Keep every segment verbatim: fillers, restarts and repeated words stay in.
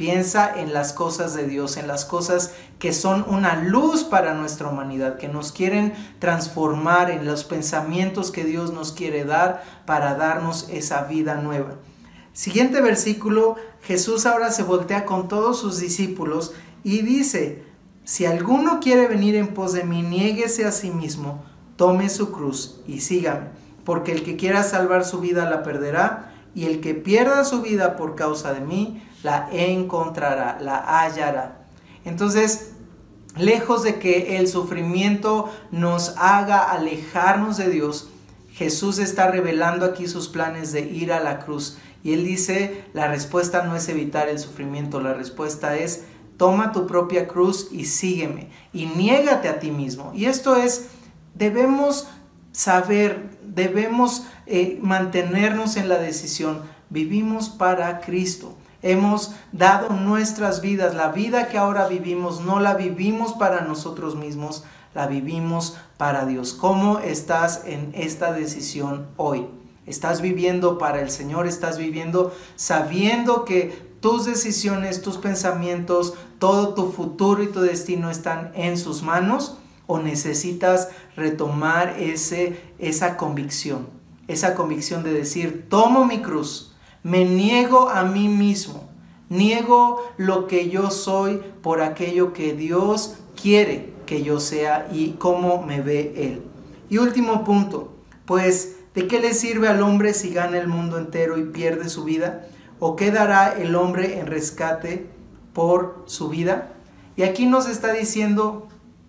Piensa en las cosas de Dios, en las cosas que son una luz para nuestra humanidad, que nos quieren transformar, en los pensamientos que Dios nos quiere dar para darnos esa vida nueva. Siguiente versículo, Jesús ahora se voltea con todos sus discípulos y dice: si alguno quiere venir en pos de mí, niéguese a sí mismo, tome su cruz y sígame, porque el que quiera salvar su vida la perderá, y el que pierda su vida por causa de mí, la encontrará, la hallará. Entonces, lejos de que el sufrimiento nos haga alejarnos de Dios, Jesús está revelando aquí sus planes de ir a la cruz. Y Él dice, la respuesta no es evitar el sufrimiento, la respuesta es: toma tu propia cruz y sígueme, y niégate a ti mismo. Y esto es, debemos saber, debemos eh, mantenernos en la decisión. Vivimos para Cristo. Hemos dado nuestras vidas, la vida que ahora vivimos, no la vivimos para nosotros mismos, la vivimos para Dios. ¿Cómo estás en esta decisión hoy? ¿Estás viviendo para el Señor? ¿Estás viviendo sabiendo que tus decisiones, tus pensamientos, todo tu futuro y tu destino están en sus manos? ¿O necesitas retomar ese, esa convicción? Esa convicción de decir: tomo mi cruz, me niego a mí mismo, niego lo que yo soy por aquello que Dios quiere que yo sea y cómo me ve Él. Y último punto, pues, ¿de qué le sirve al hombre si gana el mundo entero y pierde su vida? ¿O qué dará el hombre en rescate por su vida? Y aquí nos está diciendo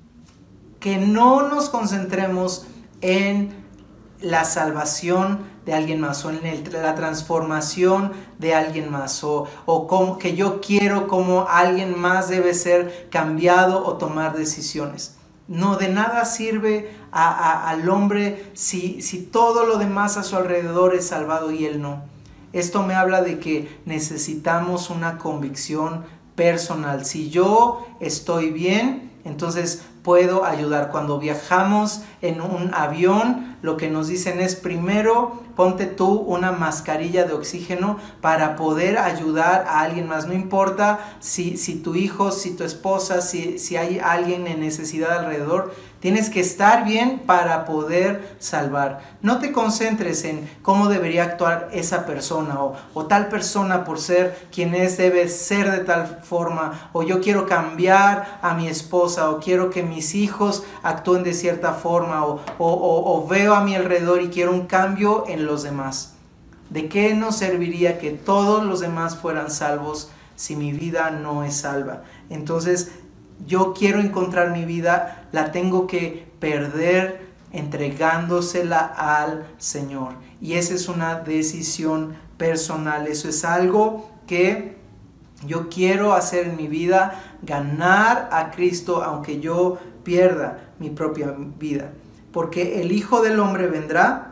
que no nos concentremos en la salvación de alguien más, o en el, la transformación de alguien más, o, o como, que yo quiero como alguien más debe ser cambiado o tomar decisiones. No, de nada sirve a, a, al hombre si, si todo lo demás a su alrededor es salvado y él no. Esto me habla de que necesitamos una convicción personal. Si yo estoy bien, entonces puedo ayudar. Cuando viajamos en un avión, lo que nos dicen es: primero ponte tú una mascarilla de oxígeno para poder ayudar a alguien más. No importa si, si tu hijo, si tu esposa, si, si hay alguien en necesidad alrededor, tienes que estar bien para poder salvar. No te concentres en cómo debería actuar esa persona, o, o tal persona por ser quien es debe ser de tal forma, o yo quiero cambiar a mi esposa, o quiero que mis hijos actúen de cierta forma, o, o, o, o veo a mi alrededor y quiero un cambio en los demás. ¿De qué nos serviría que todos los demás fueran salvos si mi vida no es salva? Entonces, yo quiero encontrar mi vida, la tengo que perder entregándosela al Señor. Y esa es una decisión personal. Eso es algo que yo quiero hacer en mi vida, ganar a Cristo aunque yo pierda mi propia vida. Porque el Hijo del Hombre vendrá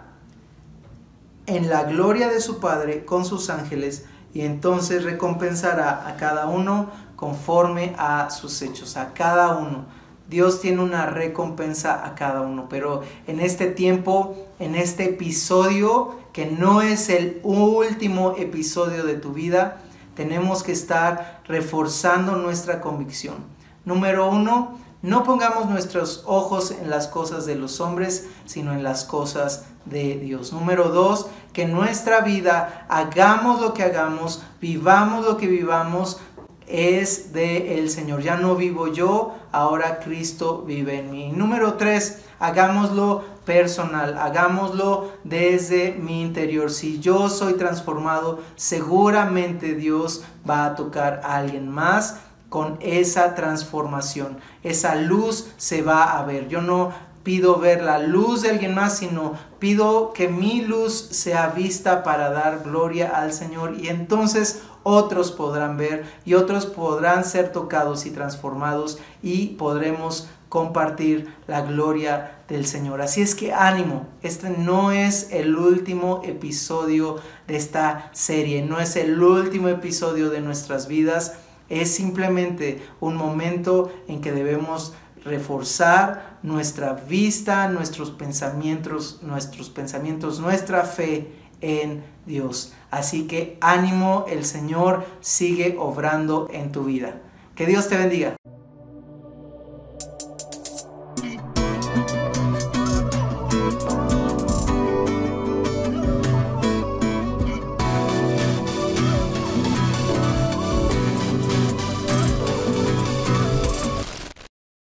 en la gloria de su Padre con sus ángeles, y entonces recompensará a cada uno conforme a sus hechos, a cada uno. Dios tiene una recompensa a cada uno, pero en este tiempo, en este episodio, que no es el último episodio de tu vida, tenemos que estar reforzando nuestra convicción. Número uno, no pongamos nuestros ojos en las cosas de los hombres, sino en las cosas de Dios. Número dos, que en nuestra vida, hagamos lo que hagamos, vivamos lo que vivamos, es del Señor. Ya no vivo yo, ahora Cristo vive en mí. Número tres, hagámoslo personal, hagámoslo desde mi interior. Si yo soy transformado, seguramente Dios va a tocar a alguien más con esa transformación. Esa luz se va a ver. Yo no pido ver la luz de alguien más, sino pido que mi luz sea vista para dar gloria al Señor, y entonces otros podrán ver y otros podrán ser tocados y transformados, y podremos compartir la gloria del Señor. Así es que ánimo, este no es el último episodio de esta serie, no es el último episodio de nuestras vidas, es simplemente un momento en que debemos reforzar nuestra vista, nuestros pensamientos, nuestros pensamientos, nuestra fe en Dios. Así que ánimo, el Señor sigue obrando en tu vida. Que Dios te bendiga.